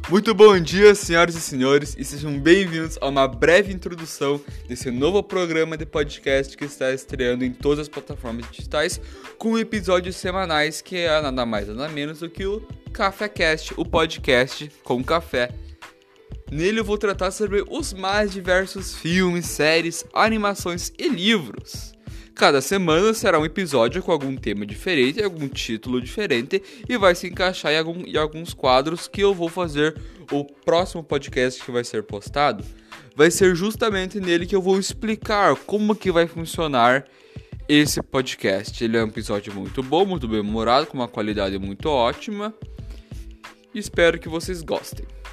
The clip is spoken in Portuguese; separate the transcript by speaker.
Speaker 1: Muito bom dia, senhoras e senhores, e sejam bem-vindos a uma breve introdução desse novo programa de podcast que está estreando em todas as plataformas digitais, com episódios semanais que é nada mais nada menos do que o CaféCast, o podcast com café. Nele eu vou tratar sobre os mais diversos filmes, séries, animações e livros. Cada semana será um episódio com algum tema diferente, algum título diferente e vai se encaixar em alguns quadros que eu vou fazer. O próximo podcast que vai ser postado vai ser justamente nele que eu vou explicar como que vai funcionar esse podcast. Ele é um episódio muito bom, muito bem humorado, com uma qualidade muito ótima. Espero que vocês gostem.